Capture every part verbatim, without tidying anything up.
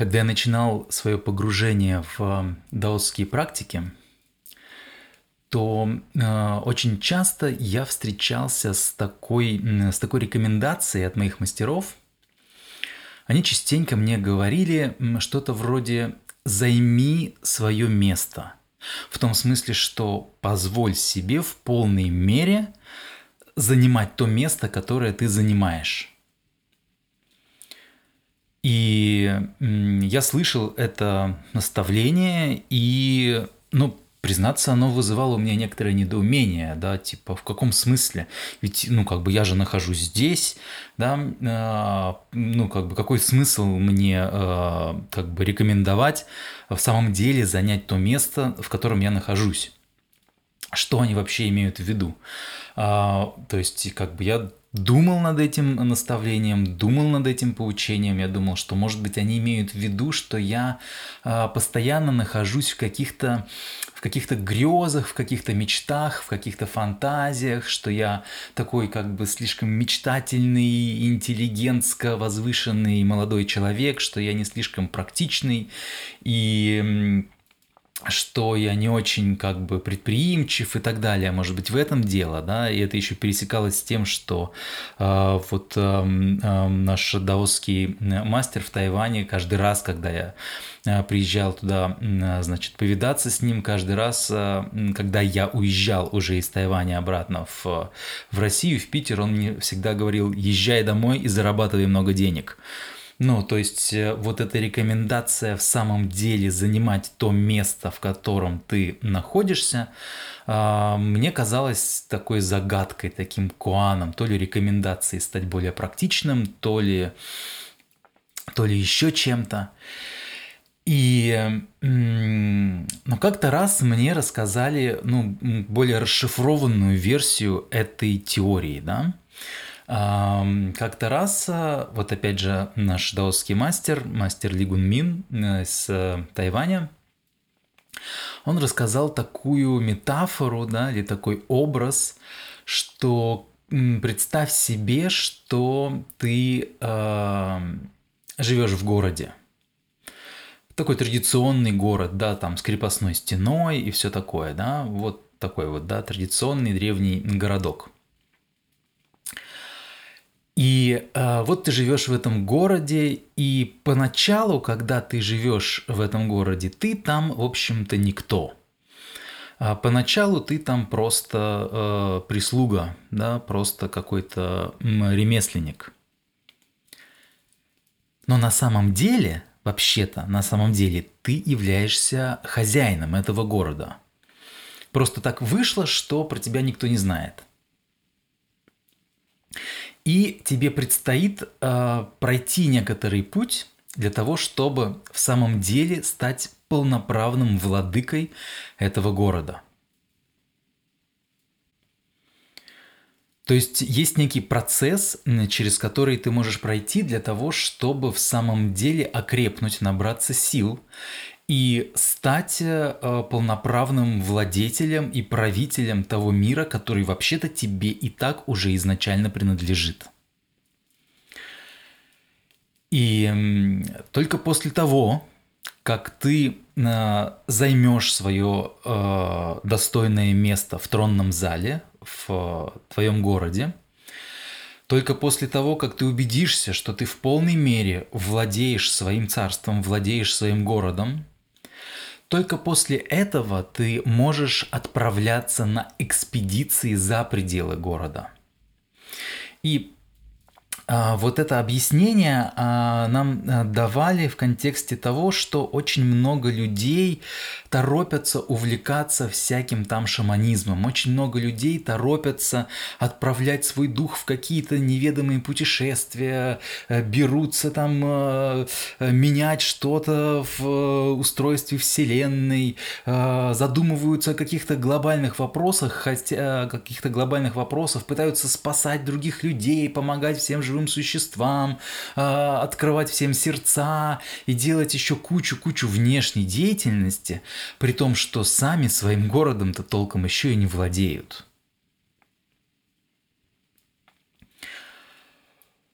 Когда я начинал свое погружение в даосские практики, то э, очень часто я встречался с такой, м, с такой рекомендацией от моих мастеров. Они частенько мне говорили м, что-то вроде «займи свое место». В том смысле, что позволь себе в полной мере занимать то место, которое ты занимаешь. И м, я слышал это наставление, и, ну, признаться, оно вызывало у меня некоторое недоумение, да, типа, в каком смысле? Ведь, ну, как бы я же нахожусь здесь, да, а, ну, как бы какой смысл мне, а, как бы, рекомендовать в самом деле занять то место, в котором я нахожусь? Что они вообще имеют в виду? А, то есть, как бы я думал над этим наставлением, думал над этим поучением, я думал, что, может быть, они имеют в виду, что я а, постоянно нахожусь в каких-то в каких-то грезах, в каких-то мечтах, в каких-то фантазиях, что я такой как бы слишком мечтательный, интеллигентско возвышенный молодой человек, что я не слишком практичный и что я не очень как бы предприимчив и так далее. Может быть, в этом дело, да, и это еще пересекалось с тем, что э, вот э, э, наш даосский мастер в Тайване каждый раз, когда я э, приезжал туда, э, значит, повидаться с ним, каждый раз, э, когда я уезжал уже из Тайваня обратно в, в Россию, в Питер, он мне всегда говорил: езжай домой и зарабатывай много денег. Ну, то есть вот эта рекомендация в самом деле занимать то место, в котором ты находишься, мне казалось такой загадкой, таким коаном, то ли рекомендацией стать более практичным, то ли, то ли еще чем-то. И ну, как-то раз мне рассказали, ну, более расшифрованную версию этой теории, да. Как-то раз, вот опять же, наш даосский мастер, мастер Ли Гун Мин из Тайваня, он рассказал такую метафору, да, или такой образ, что представь себе, что ты э, живешь в городе. Такой традиционный город, да, там с крепостной стеной и все такое, да, вот такой вот, да, традиционный древний городок. И э, вот ты живешь в этом городе, и поначалу, когда ты живешь в этом городе, ты там, в общем-то, никто. А поначалу ты там просто э, прислуга, да, просто какой-то ремесленник. Но на самом деле, вообще-то, на самом деле, ты являешься хозяином этого города. Просто так вышло, что про тебя никто не знает. И тебе предстоит э, пройти некоторый путь для того, чтобы в самом деле стать полноправным владыкой этого города. То есть есть некий процесс, через который ты можешь пройти для того, чтобы в самом деле окрепнуть, набраться сил и стать э, полноправным владетелем и правителем того мира, который вообще-то тебе и так уже изначально принадлежит. И э, только после того, как ты э, займешь свое э, достойное место в тронном зале в э, твоем городе, только после того, как ты убедишься, что ты в полной мере владеешь своим царством, владеешь своим городом, только после этого ты можешь отправляться на экспедиции за пределы города. И а, вот это объяснение а, нам а, давали в контексте того, что очень много людей торопятся увлекаться всяким там шаманизмом. Очень много людей торопятся отправлять свой дух в какие-то неведомые путешествия, берутся там менять что-то в устройстве Вселенной, задумываются о каких-то глобальных вопросах, хотя каких-то глобальных вопросах, пытаются спасать других людей, помогать всем живым существам, открывать всем сердца и делать еще кучу-кучу внешней деятельности, при том, что сами своим городом-то толком еще и не владеют.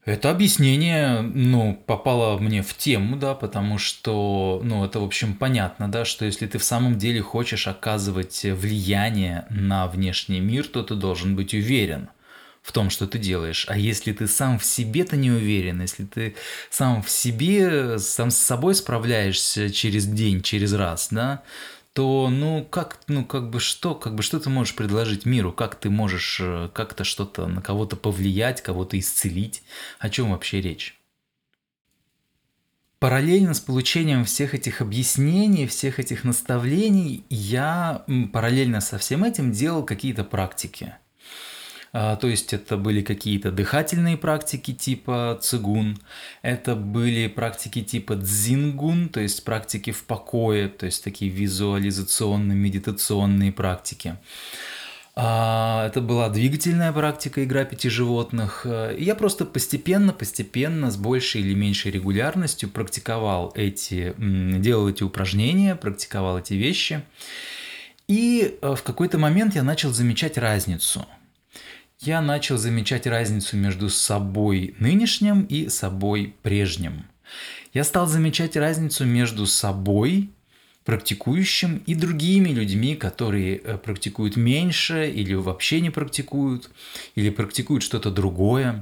Это объяснение, ну, попало мне в тему, да, потому что, ну, это, в общем, понятно, да, что если ты в самом деле хочешь оказывать влияние на внешний мир, то ты должен быть уверен в том, что ты делаешь. А если ты сам в себе-то не уверен, если ты сам в себе, сам с собой справляешься через день, через раз, да, то, ну, как, ну, как бы что, как бы что ты можешь предложить миру, как ты можешь э, как-то что-то на кого-то повлиять, кого-то исцелить, о чем вообще речь? Параллельно с получением всех этих объяснений, всех этих наставлений, я м, параллельно со всем этим делал какие-то практики. А, То есть это были какие-то дыхательные практики типа цигун, это были практики типа дзингун, то есть практики в покое, то есть такие визуализационные, медитационные практики. А, Это была двигательная практика, игра пяти животных. Э, И я просто постепенно, постепенно, с большей или меньшей регулярностью практиковал эти, м, делал эти упражнения, практиковал эти вещи. И э, в какой-то момент я начал замечать разницу. Я начал замечать разницу между собой нынешним и собой прежним. Я стал замечать разницу между собой, практикующим, и другими людьми, которые э, практикуют меньше или вообще не практикуют, или практикуют что-то другое.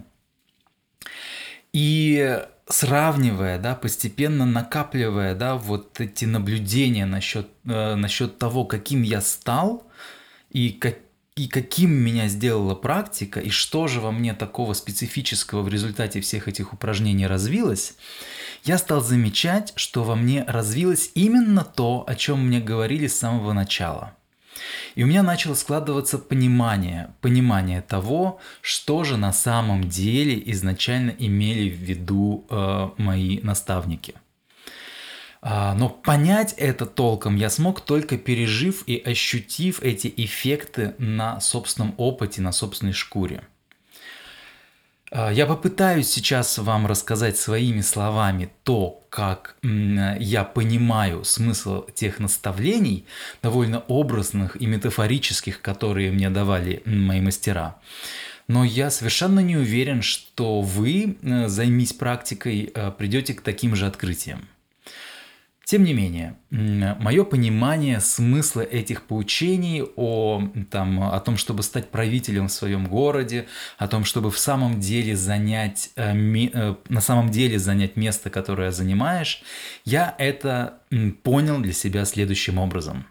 И сравнивая, да, постепенно накапливая, да, вот эти наблюдения насчет, э, насчет того, каким я стал, и, как, и каким меня сделала практика, и что же во мне такого специфического в результате всех этих упражнений развилось, я стал замечать, что во мне развилось именно то, о чем мне говорили с самого начала. И у меня начало складываться понимание, понимание того, что же на самом деле изначально имели в виду э, мои наставники. А, Но понять это толком я смог только пережив и ощутив эти эффекты на собственном опыте, на собственной шкуре. А, Я попытаюсь сейчас вам рассказать своими словами то, как м, я понимаю смысл тех наставлений, довольно образных и метафорических, которые мне давали м, мои мастера. Но я совершенно не уверен, что вы, э, займись практикой, э, придете к таким же открытиям. Тем не менее, мое понимание смысла этих поучений о, там, о том, чтобы стать правителем в своем городе, о том, чтобы в самом деле занять, э, ми- э, на самом деле занять место, которое занимаешь, я это м, понял для себя следующим образом.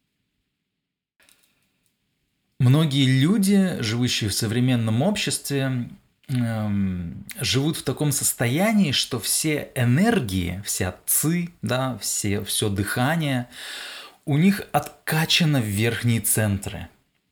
Многие люди, живущие в современном обществе, эм, живут в таком состоянии, что все энергии, вся ци, да, все, все дыхание у них откачано в верхние центры.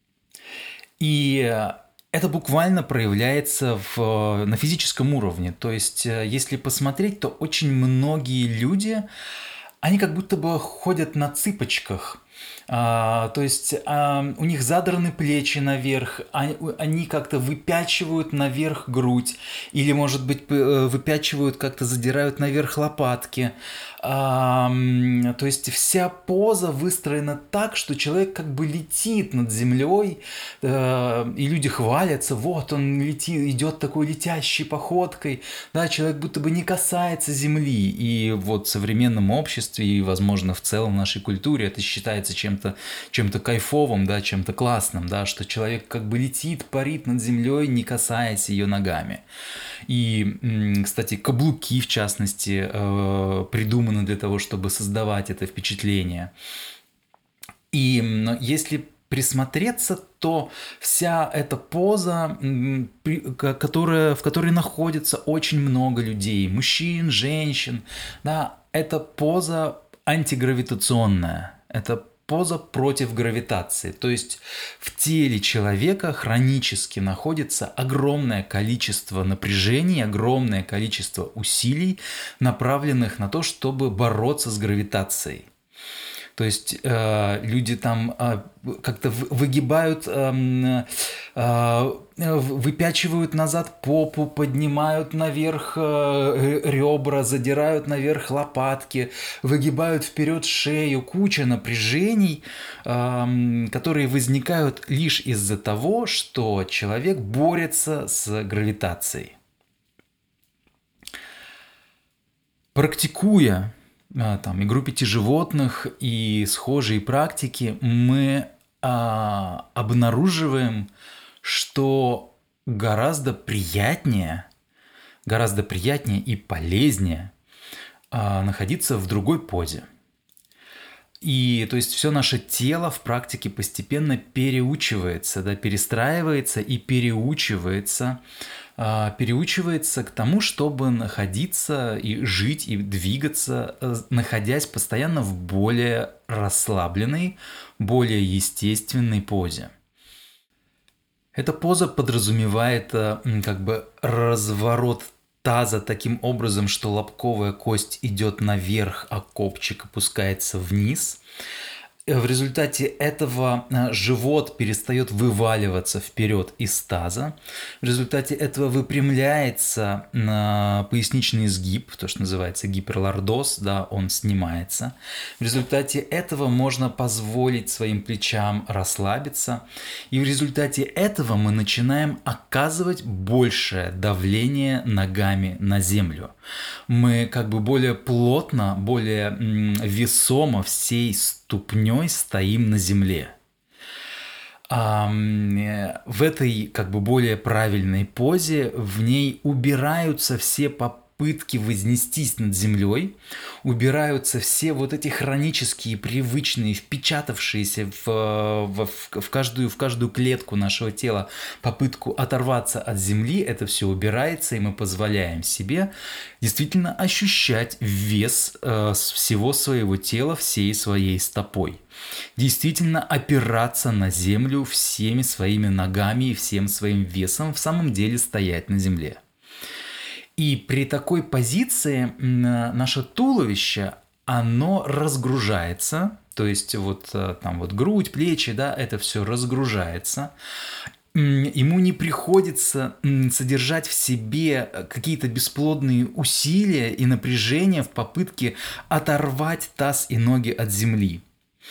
И э, это буквально проявляется в, на физическом уровне. То есть, э, если посмотреть, то очень многие люди, они как будто бы ходят на цыпочках. А, то есть а, у них задраны плечи наверх, а- они как-то выпячивают наверх грудь, или, может быть, п- э, выпячивают, как-то задирают наверх лопатки. А, м, то есть вся поза выстроена так, что человек как бы летит над землей, э, и люди хвалятся, вот он летит, идет такой летящей походкой, да, человек будто бы не касается земли. И вот в современном обществе и, возможно, в целом в нашей культуре это считается чем-то чем-то кайфовым, да, чем-то классным, да, что человек как бы летит, парит над землей, не касаясь ее ногами. И, м, кстати, каблуки, в частности, э, придуманы для того, чтобы создавать это впечатление. И м, если присмотреться, то вся эта поза, м, при- ко- которая, в которой находится очень много людей, мужчин, женщин, да, это поза антигравитационная, это поза против гравитации. То есть в теле человека хронически находится огромное количество напряжений, огромное количество усилий, направленных на то, чтобы бороться с гравитацией. То есть э, люди там э, как-то в- выгибают, эм, э, выпячивают назад попу, поднимают наверх э, ребра, задирают наверх лопатки, выгибают вперед шею. Куча напряжений, эм, которые возникают лишь из-за того, что человек борется с гравитацией. Практикуя а, там, игру пяти животных и схожие практики, мы а, обнаруживаем, что гораздо приятнее, гораздо приятнее и полезнее а, находиться в другой позе. И то есть все наше тело в практике постепенно переучивается, да, перестраивается и переучивается, а, переучивается к тому, чтобы находиться и жить и двигаться, э, находясь постоянно в более расслабленной, более естественной позе. Эта поза подразумевает э, м, как бы разворот таза таким образом, что лобковая кость идет наверх, а копчик опускается вниз. В результате этого э, живот перестает вываливаться вперед из таза. В результате этого выпрямляется э, поясничный изгиб, то, что называется гиперлордоз, да, он снимается. В результате этого можно позволить своим плечам расслабиться. И в результате этого мы начинаем оказывать большее давление ногами на землю. Мы как бы более плотно, более м, весомо всей ступней стоим на земле. А, в этой как бы более правильной позе в ней убираются все попытки вознестись над землей, убираются все вот эти хронические, привычные, впечатавшиеся в, в, в, каждую, в каждую клетку нашего тела попытку оторваться от земли, это все убирается, и мы позволяем себе действительно ощущать вес э, всего своего тела, всей своей стопой. Действительно опираться на землю всеми своими ногами и всем своим весом, в самом деле стоять на земле. И при такой позиции наше туловище, оно разгружается, то есть вот там вот грудь, плечи, да, это все разгружается. Ему не приходится содержать в себе какие-то бесплодные усилия и напряжения в попытке оторвать таз и ноги от земли.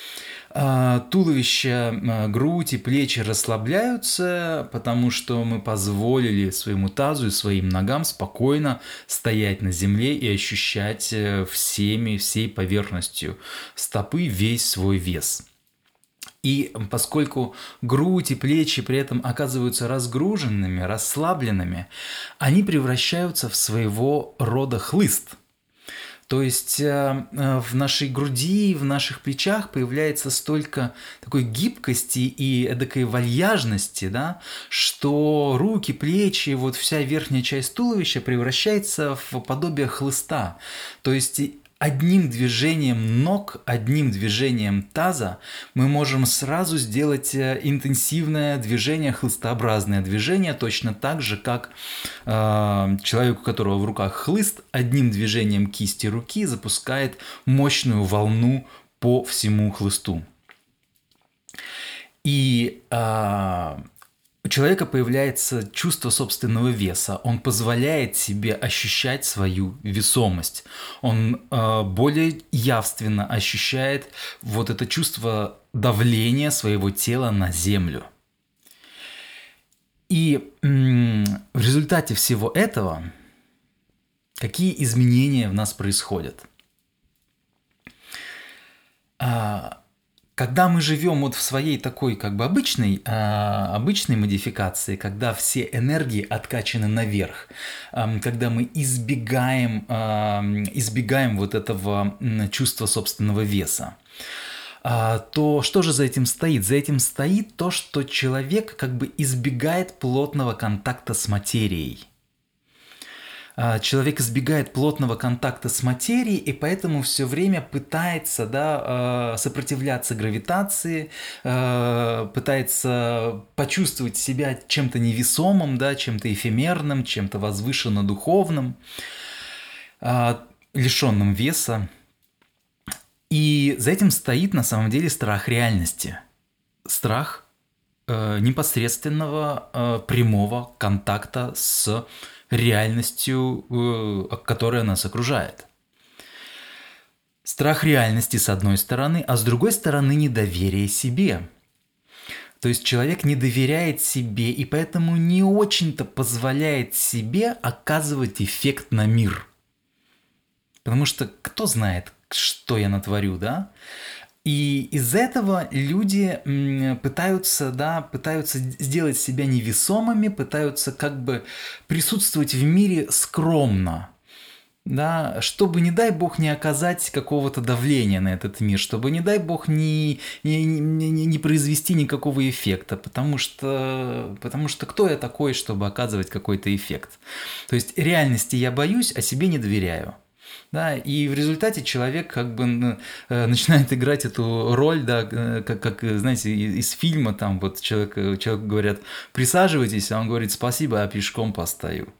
Туловище, грудь и плечи расслабляются, потому что мы позволили своему тазу и своим ногам спокойно стоять на земле и ощущать всеми, всей поверхностью стопы весь свой вес. И поскольку грудь и плечи при этом оказываются разгруженными, расслабленными, они превращаются в своего рода хлыст. То есть в нашей груди, в наших плечах появляется столько такой гибкости и эдакой вальяжности, да, что руки, плечи, вот вся верхняя часть туловища превращается в подобие хлыста. То есть одним движением ног, одним движением таза мы можем сразу сделать интенсивное движение, хлыстообразное движение, точно так же, как э, человек, у которого в руках хлыст, одним движением кисти руки запускает мощную волну по всему хлысту. И э, у человека появляется чувство собственного веса, он позволяет себе ощущать свою весомость, он э, более явственно ощущает вот это чувство давления своего тела на землю. И м- в результате всего этого какие изменения в нас происходят? А, Когда мы живем вот в своей такой как бы обычной, а, обычной модификации, когда все энергии откачаны наверх, а, когда мы избегаем, а, избегаем вот этого чувства собственного веса, а, то что же за этим стоит? За этим стоит то, что человек как бы избегает плотного контакта с материей. Человек избегает плотного контакта с материей и поэтому все время пытается, да, сопротивляться гравитации, пытается почувствовать себя чем-то невесомым, да, чем-то эфемерным, чем-то возвышенно духовным, лишенным веса. И за этим стоит на самом деле страх реальности, страх непосредственного прямого контакта с реальностью, которая нас окружает. Страх реальности с одной стороны, а с другой стороны недоверие себе. То есть человек не доверяет себе и поэтому не очень-то позволяет себе оказывать эффект на мир. Потому что кто знает, что я натворю, да? И из этого люди пытаются, да, пытаются сделать себя невесомыми, пытаются как бы присутствовать в мире скромно, да, чтобы, не дай бог, не оказать какого-то давления на этот мир, чтобы, не дай бог, не, не, не, не произвести никакого эффекта, потому что, потому что кто я такой, чтобы оказывать какой-то эффект? То есть реальности я боюсь, а себе не доверяю. Да, и в результате человек как бы начинает играть эту роль, да, как, как знаете, из фильма, там вот человек, человеку говорят, присаживайтесь, а он говорит, спасибо, а пешком постою.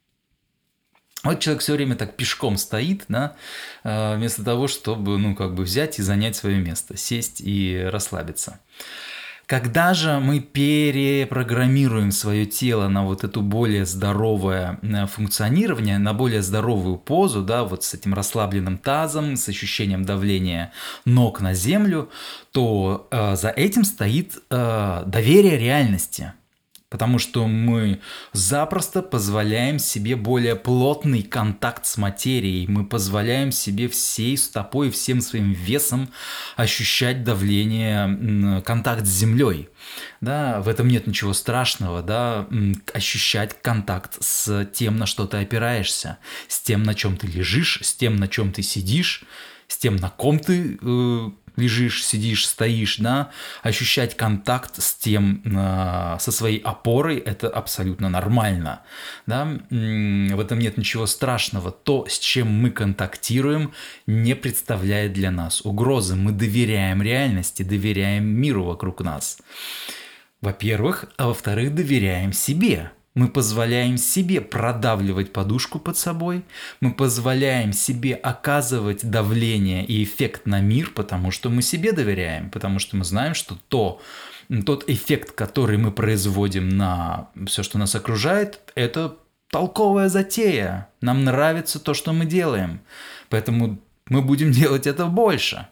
Вот человек все время так пешком стоит, да, вместо того, чтобы, ну, как бы взять и занять свое место, сесть и расслабиться. Когда же мы перепрограммируем свое тело на вот это более здоровое функционирование, на более здоровую позу, да, вот с этим расслабленным тазом, с ощущением давления ног на землю, то э, за этим стоит э, доверие реальности. Потому что мы запросто позволяем себе более плотный контакт с материей, мы позволяем себе всей стопой, всем своим весом ощущать давление, контакт с землей. Да, в этом нет ничего страшного, да, ощущать контакт с тем, на что ты опираешься, с тем, на чем ты лежишь, с тем, на чем ты сидишь, с тем, на ком ты э, лежишь, сидишь, стоишь, да, ощущать контакт с тем, э, со своей опорой, это абсолютно нормально, да, в этом нет ничего страшного. То, с чем мы контактируем, не представляет для нас угрозы. Мы доверяем реальности, доверяем миру вокруг нас, во-первых, а во-вторых, доверяем себе. Мы позволяем себе продавливать подушку под собой, мы позволяем себе оказывать давление и эффект на мир, потому что мы себе доверяем, потому что мы знаем, что то, тот эффект, который мы производим на все, что нас окружает, это толковая затея. Нам нравится то, что мы делаем, поэтому мы будем делать это больше.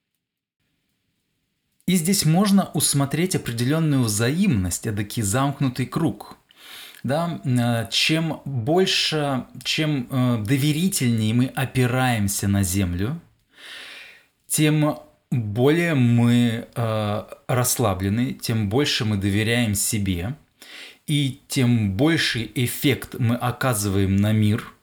И здесь можно усмотреть определенную взаимность, эдакий замкнутый круг. Да, чем больше, чем доверительнее мы опираемся на землю, тем более мы расслаблены, тем больше мы доверяем себе, и тем больший эффект мы оказываем на мир,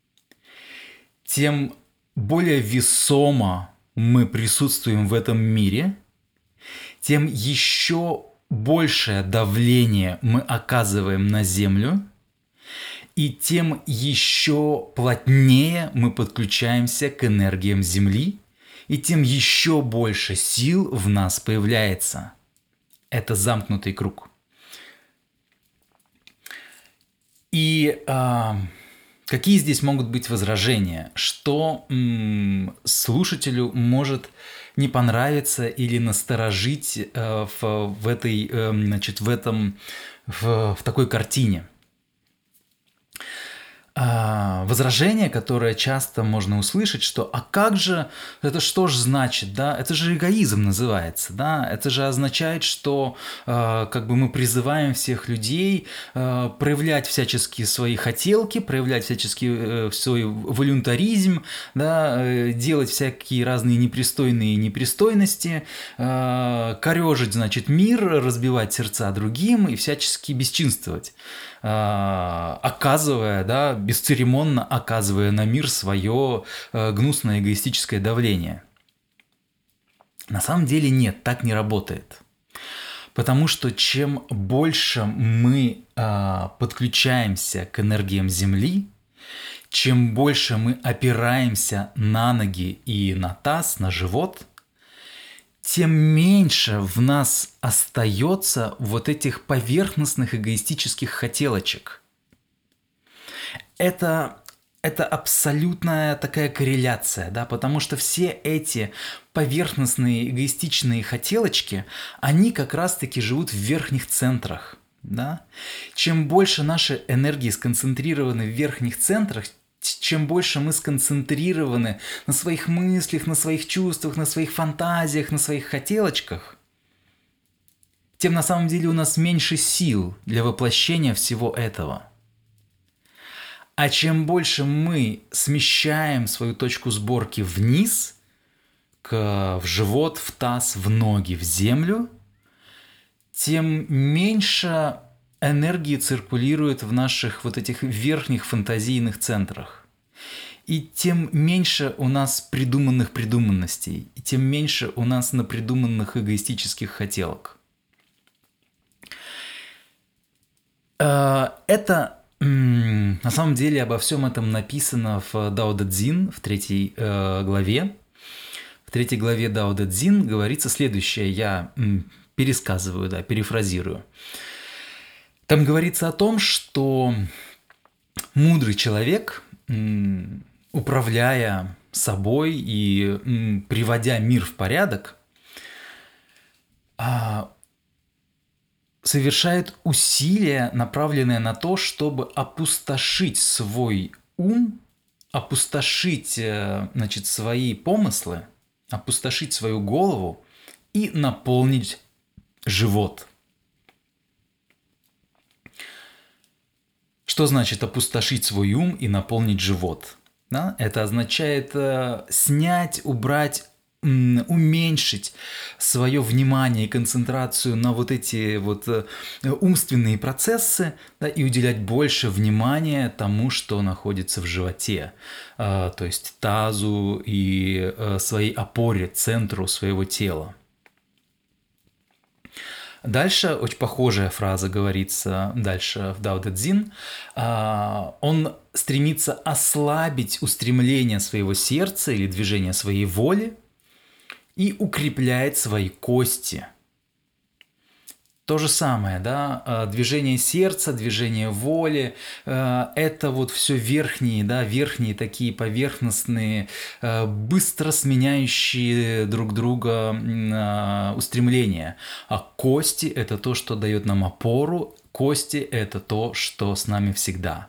тем более весомо мы присутствуем в этом мире, тем еще большее давление мы оказываем на Землю, и тем еще плотнее мы подключаемся к энергиям Земли, и тем еще больше сил в нас появляется. Это замкнутый круг. И а, какие здесь могут быть возражения? Что м, слушателю может не понравиться или насторожить э, в, в этой, э, значит, в этом, в, в такой картине? А, возражение, которое часто можно услышать, что «а как же, это что ж значит, да, это же эгоизм называется, да, это же означает, что э, как бы мы призываем всех людей э, проявлять всяческие свои хотелки, проявлять всяческий э, свой волюнтаризм, да, э, делать всякие разные непристойные непристойности, э, корежить, значит, мир, разбивать сердца другим и всячески бесчинствовать». Оказывая, да, бесцеремонно оказывая на мир свое гнусное эгоистическое давление. На самом деле нет, так не работает. Потому что чем больше мы подключаемся к энергиям Земли, чем больше мы опираемся на ноги и на таз, на живот, тем меньше в нас остается вот этих поверхностных эгоистических хотелочек. Это, это абсолютная такая корреляция, да, потому что все эти поверхностные эгоистичные хотелочки, они как раз-таки живут в верхних центрах. Да? Чем больше наши энергии сконцентрированы в верхних центрах, чем больше мы сконцентрированы на своих мыслях, на своих чувствах, на своих фантазиях, на своих хотелочках, тем на самом деле у нас меньше сил для воплощения всего этого. А чем больше мы смещаем свою точку сборки вниз, к, в живот, в таз, в ноги, в землю, тем меньше энергии циркулирует в наших вот этих верхних фантазийных центрах. И тем меньше у нас придуманных придуманностей, и тем меньше у нас напридуманных эгоистических хотелок. Это на самом деле обо всем этом написано в Дао Дэ Цзин, в третьей главе. В третьей главе Дао Дэ Цзин говорится следующее, я пересказываю, да, перефразирую. Там говорится о том, что мудрый человек, управляя собой и приводя мир в порядок, совершает усилия, направленные на то, чтобы опустошить свой ум, опустошить, значит, свои помыслы, опустошить свою голову и наполнить живот. Что значит опустошить свой ум и наполнить живот? Да? Это означает э, снять, убрать, м, уменьшить свое внимание и концентрацию на вот эти вот э, умственные процессы, да, и уделять больше внимания тому, что находится в животе, э, то есть тазу и э, своей опоре, центру своего тела. Дальше очень похожая фраза говорится дальше в Дао Дэ Цзин. Он стремится ослабить устремление своего сердца или движение своей воли и укрепляет свои кости. То же самое, да, движение сердца, движение воли – это вот все верхние, да, верхние такие поверхностные, быстро сменяющие друг друга устремления. А кости – это то, что дает нам опору, кости – это то, что с нами всегда.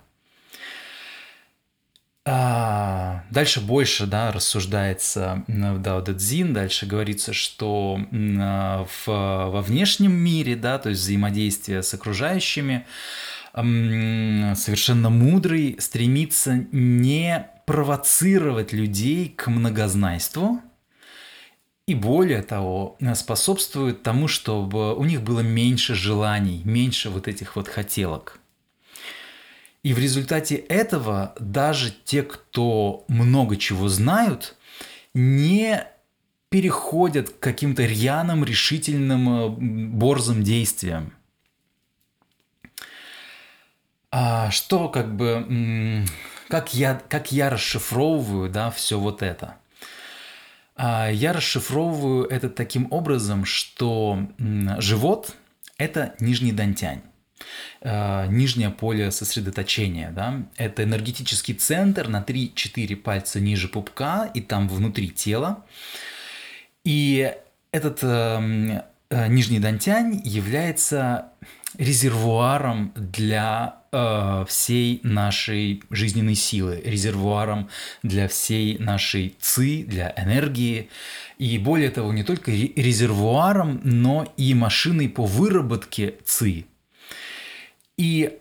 Дальше больше, да, рассуждается в Дао Дэ Цзин, дальше говорится, что в, во внешнем мире, да, то есть взаимодействие с окружающими, совершенно мудрый стремится не провоцировать людей к многознайству и, более того, способствует тому, чтобы у них было меньше желаний, меньше вот этих вот хотелок. И в результате этого даже те, кто много чего знают, не переходят к каким-то рьяным, решительным, борзым действиям. А что как бы, как я, как я расшифровываю, да, все вот это? А я расшифровываю это таким образом, что живот – это нижний дантянь. Нижнее поле сосредоточения, да? Это энергетический центр на три-четыре пальца ниже пупка и там внутри тела. И этот э, э, нижний дантянь является резервуаром для э, всей нашей жизненной силы, резервуаром для всей нашей ци, для энергии. И более того, не только резервуаром, но и машиной по выработке ци. И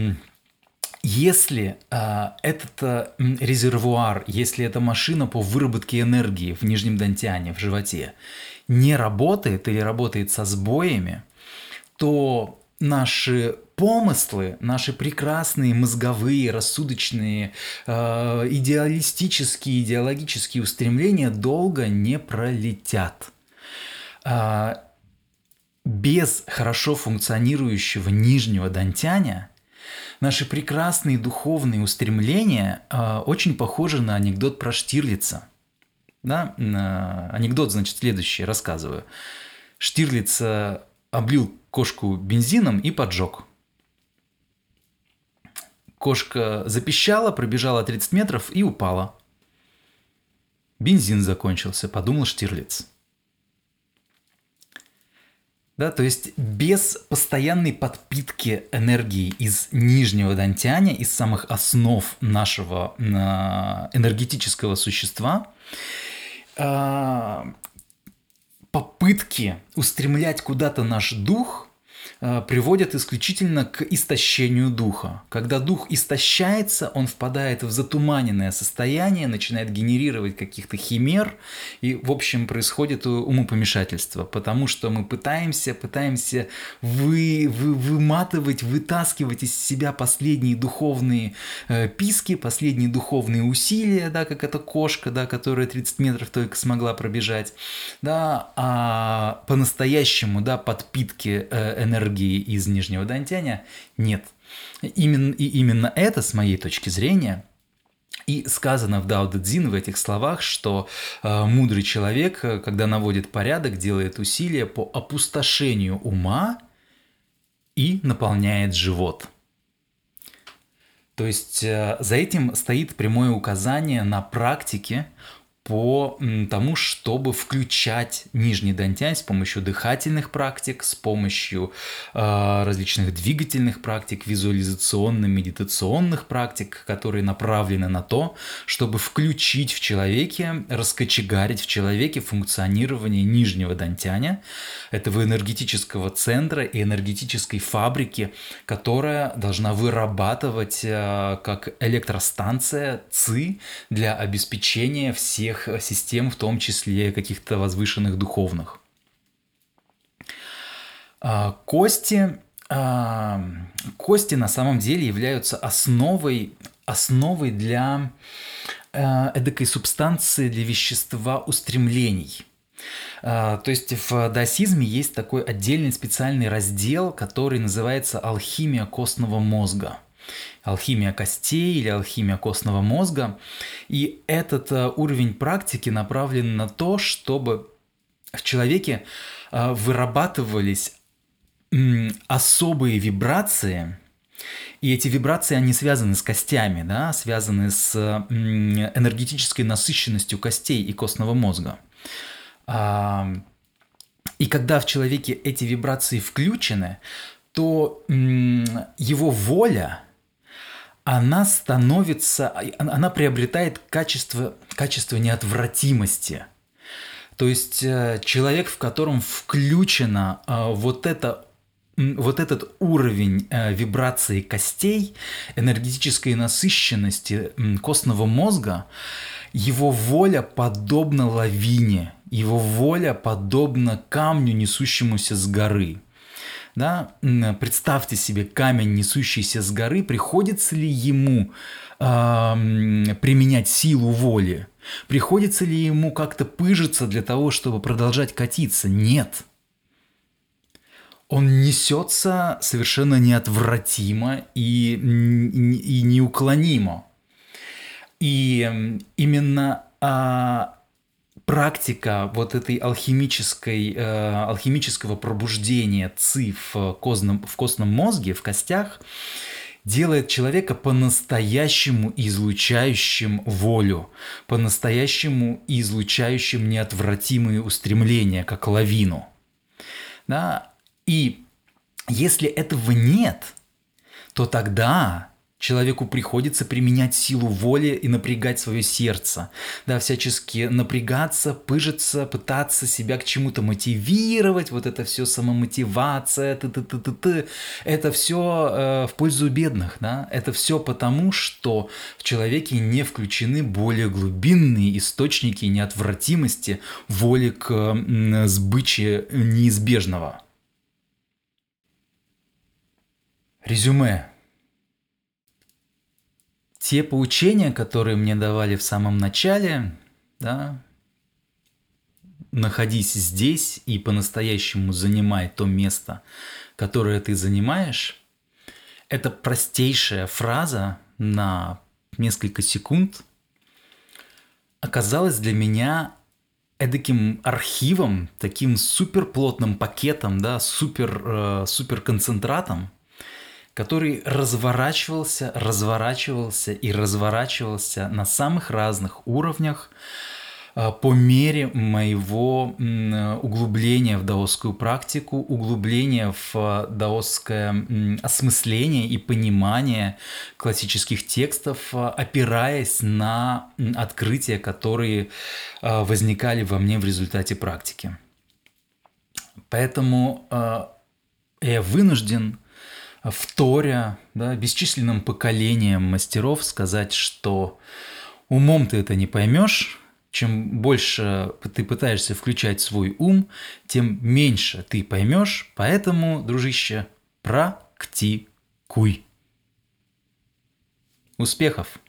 если а, этот а, резервуар, если эта машина по выработке энергии в нижнем дантяне, в животе, не работает или работает со сбоями, то наши помыслы, наши прекрасные мозговые, рассудочные, э, идеалистические, идеологические устремления долго не пролетят. Э, без хорошо функционирующего нижнего дантяня наши прекрасные духовные устремления э, очень похожи на анекдот про Штирлица. Да? Э, анекдот, значит, следующий, рассказываю. Штирлиц э, облил кошку бензином и поджег. Кошка запищала, пробежала тридцать метров и упала. Бензин закончился, подумал Штирлиц. Да, то есть без постоянной подпитки энергии из нижнего дантяня, из самых основ нашего энергетического существа, попытки устремлять куда-то наш дух э, приводят исключительно к истощению духа. Когда дух истощается, он впадает в затуманенное состояние, начинает генерировать каких-то химер, и, в общем, происходит умопомешательство, потому что мы пытаемся, пытаемся вы, вы, выматывать, вытаскивать из себя последние духовные э, писки, последние духовные усилия, да, как эта кошка, да, которая тридцать метров только смогла пробежать, да, а по-настоящему, да, подпитки э, энергии из нижнего дантяня нет. Именно, и именно это, с моей точки зрения, и сказано в Дао Дэ Цзин в этих словах, что э, мудрый человек, когда наводит порядок, делает усилия по опустошению ума и наполняет живот. То есть э, за этим стоит прямое указание на практики по тому, чтобы включать нижний дантянь с помощью дыхательных практик, с помощью э, различных двигательных практик, визуализационно-медитационных практик, которые направлены на то, чтобы включить в человеке, раскочегарить в человеке функционирование нижнего дантяня, этого энергетического центра и энергетической фабрики, которая должна вырабатывать э, как электростанция ЦИ для обеспечения всех систем, в том числе каких-то возвышенных духовных. Кости, кости на самом деле являются основой, основой для эдакой субстанции, для вещества устремлений. То есть в даосизме есть такой отдельный специальный раздел, который называется «Алхимия костного мозга». Алхимия костей или алхимия костного мозга. И этот уровень практики направлен на то, чтобы в человеке вырабатывались особые вибрации, и эти вибрации, они связаны с костями, да, связаны с энергетической насыщенностью костей и костного мозга. И когда в человеке эти вибрации включены, то его воля, она становится, она приобретает качество, качество неотвратимости. То есть человек, в котором включено вот, это, вот этот уровень вибрации костей, энергетической насыщенности костного мозга, его воля подобна лавине, его воля подобна камню, несущемуся с горы. Да? Представьте себе камень, несущийся с горы, приходится ли ему э, применять силу воли? Приходится ли ему как-то пыжиться для того, чтобы продолжать катиться? Нет. Он несется совершенно неотвратимо и, и неуклонимо. И именно а, практика вот этой алхимической, э, алхимического пробуждения ци в костном, в костном мозге, в костях, делает человека по-настоящему излучающим волю, по-настоящему излучающим неотвратимые устремления, как лавину. Да? И если этого нет, то тогда человеку приходится применять силу воли и напрягать свое сердце, да, всячески напрягаться, пыжиться, пытаться себя к чему-то мотивировать, вот это все самомотивация, т-т-т-т-т, это все э, в пользу бедных, да, это все потому, что в человеке не включены более глубинные источники неотвратимости воли к м, сбыче неизбежного. Резюме. Те поучения, которые мне давали в самом начале, да, находись здесь и по-настоящему занимай то место, которое ты занимаешь, это простейшая фраза на несколько секунд оказалась для меня эдаким архивом, таким суперплотным пакетом, да, супер, э, суперконцентратом, который разворачивался, разворачивался и разворачивался на самых разных уровнях по мере моего углубления в даосскую практику, углубления в даосское осмысление и понимание классических текстов, опираясь на открытия, которые возникали во мне в результате практики. Поэтому я вынужден, вторя, да, бесчисленным поколениям мастеров сказать, что умом ты это не поймешь. Чем больше ты пытаешься включать свой ум, тем меньше ты поймешь. Поэтому, дружище, практикуй. Успехов!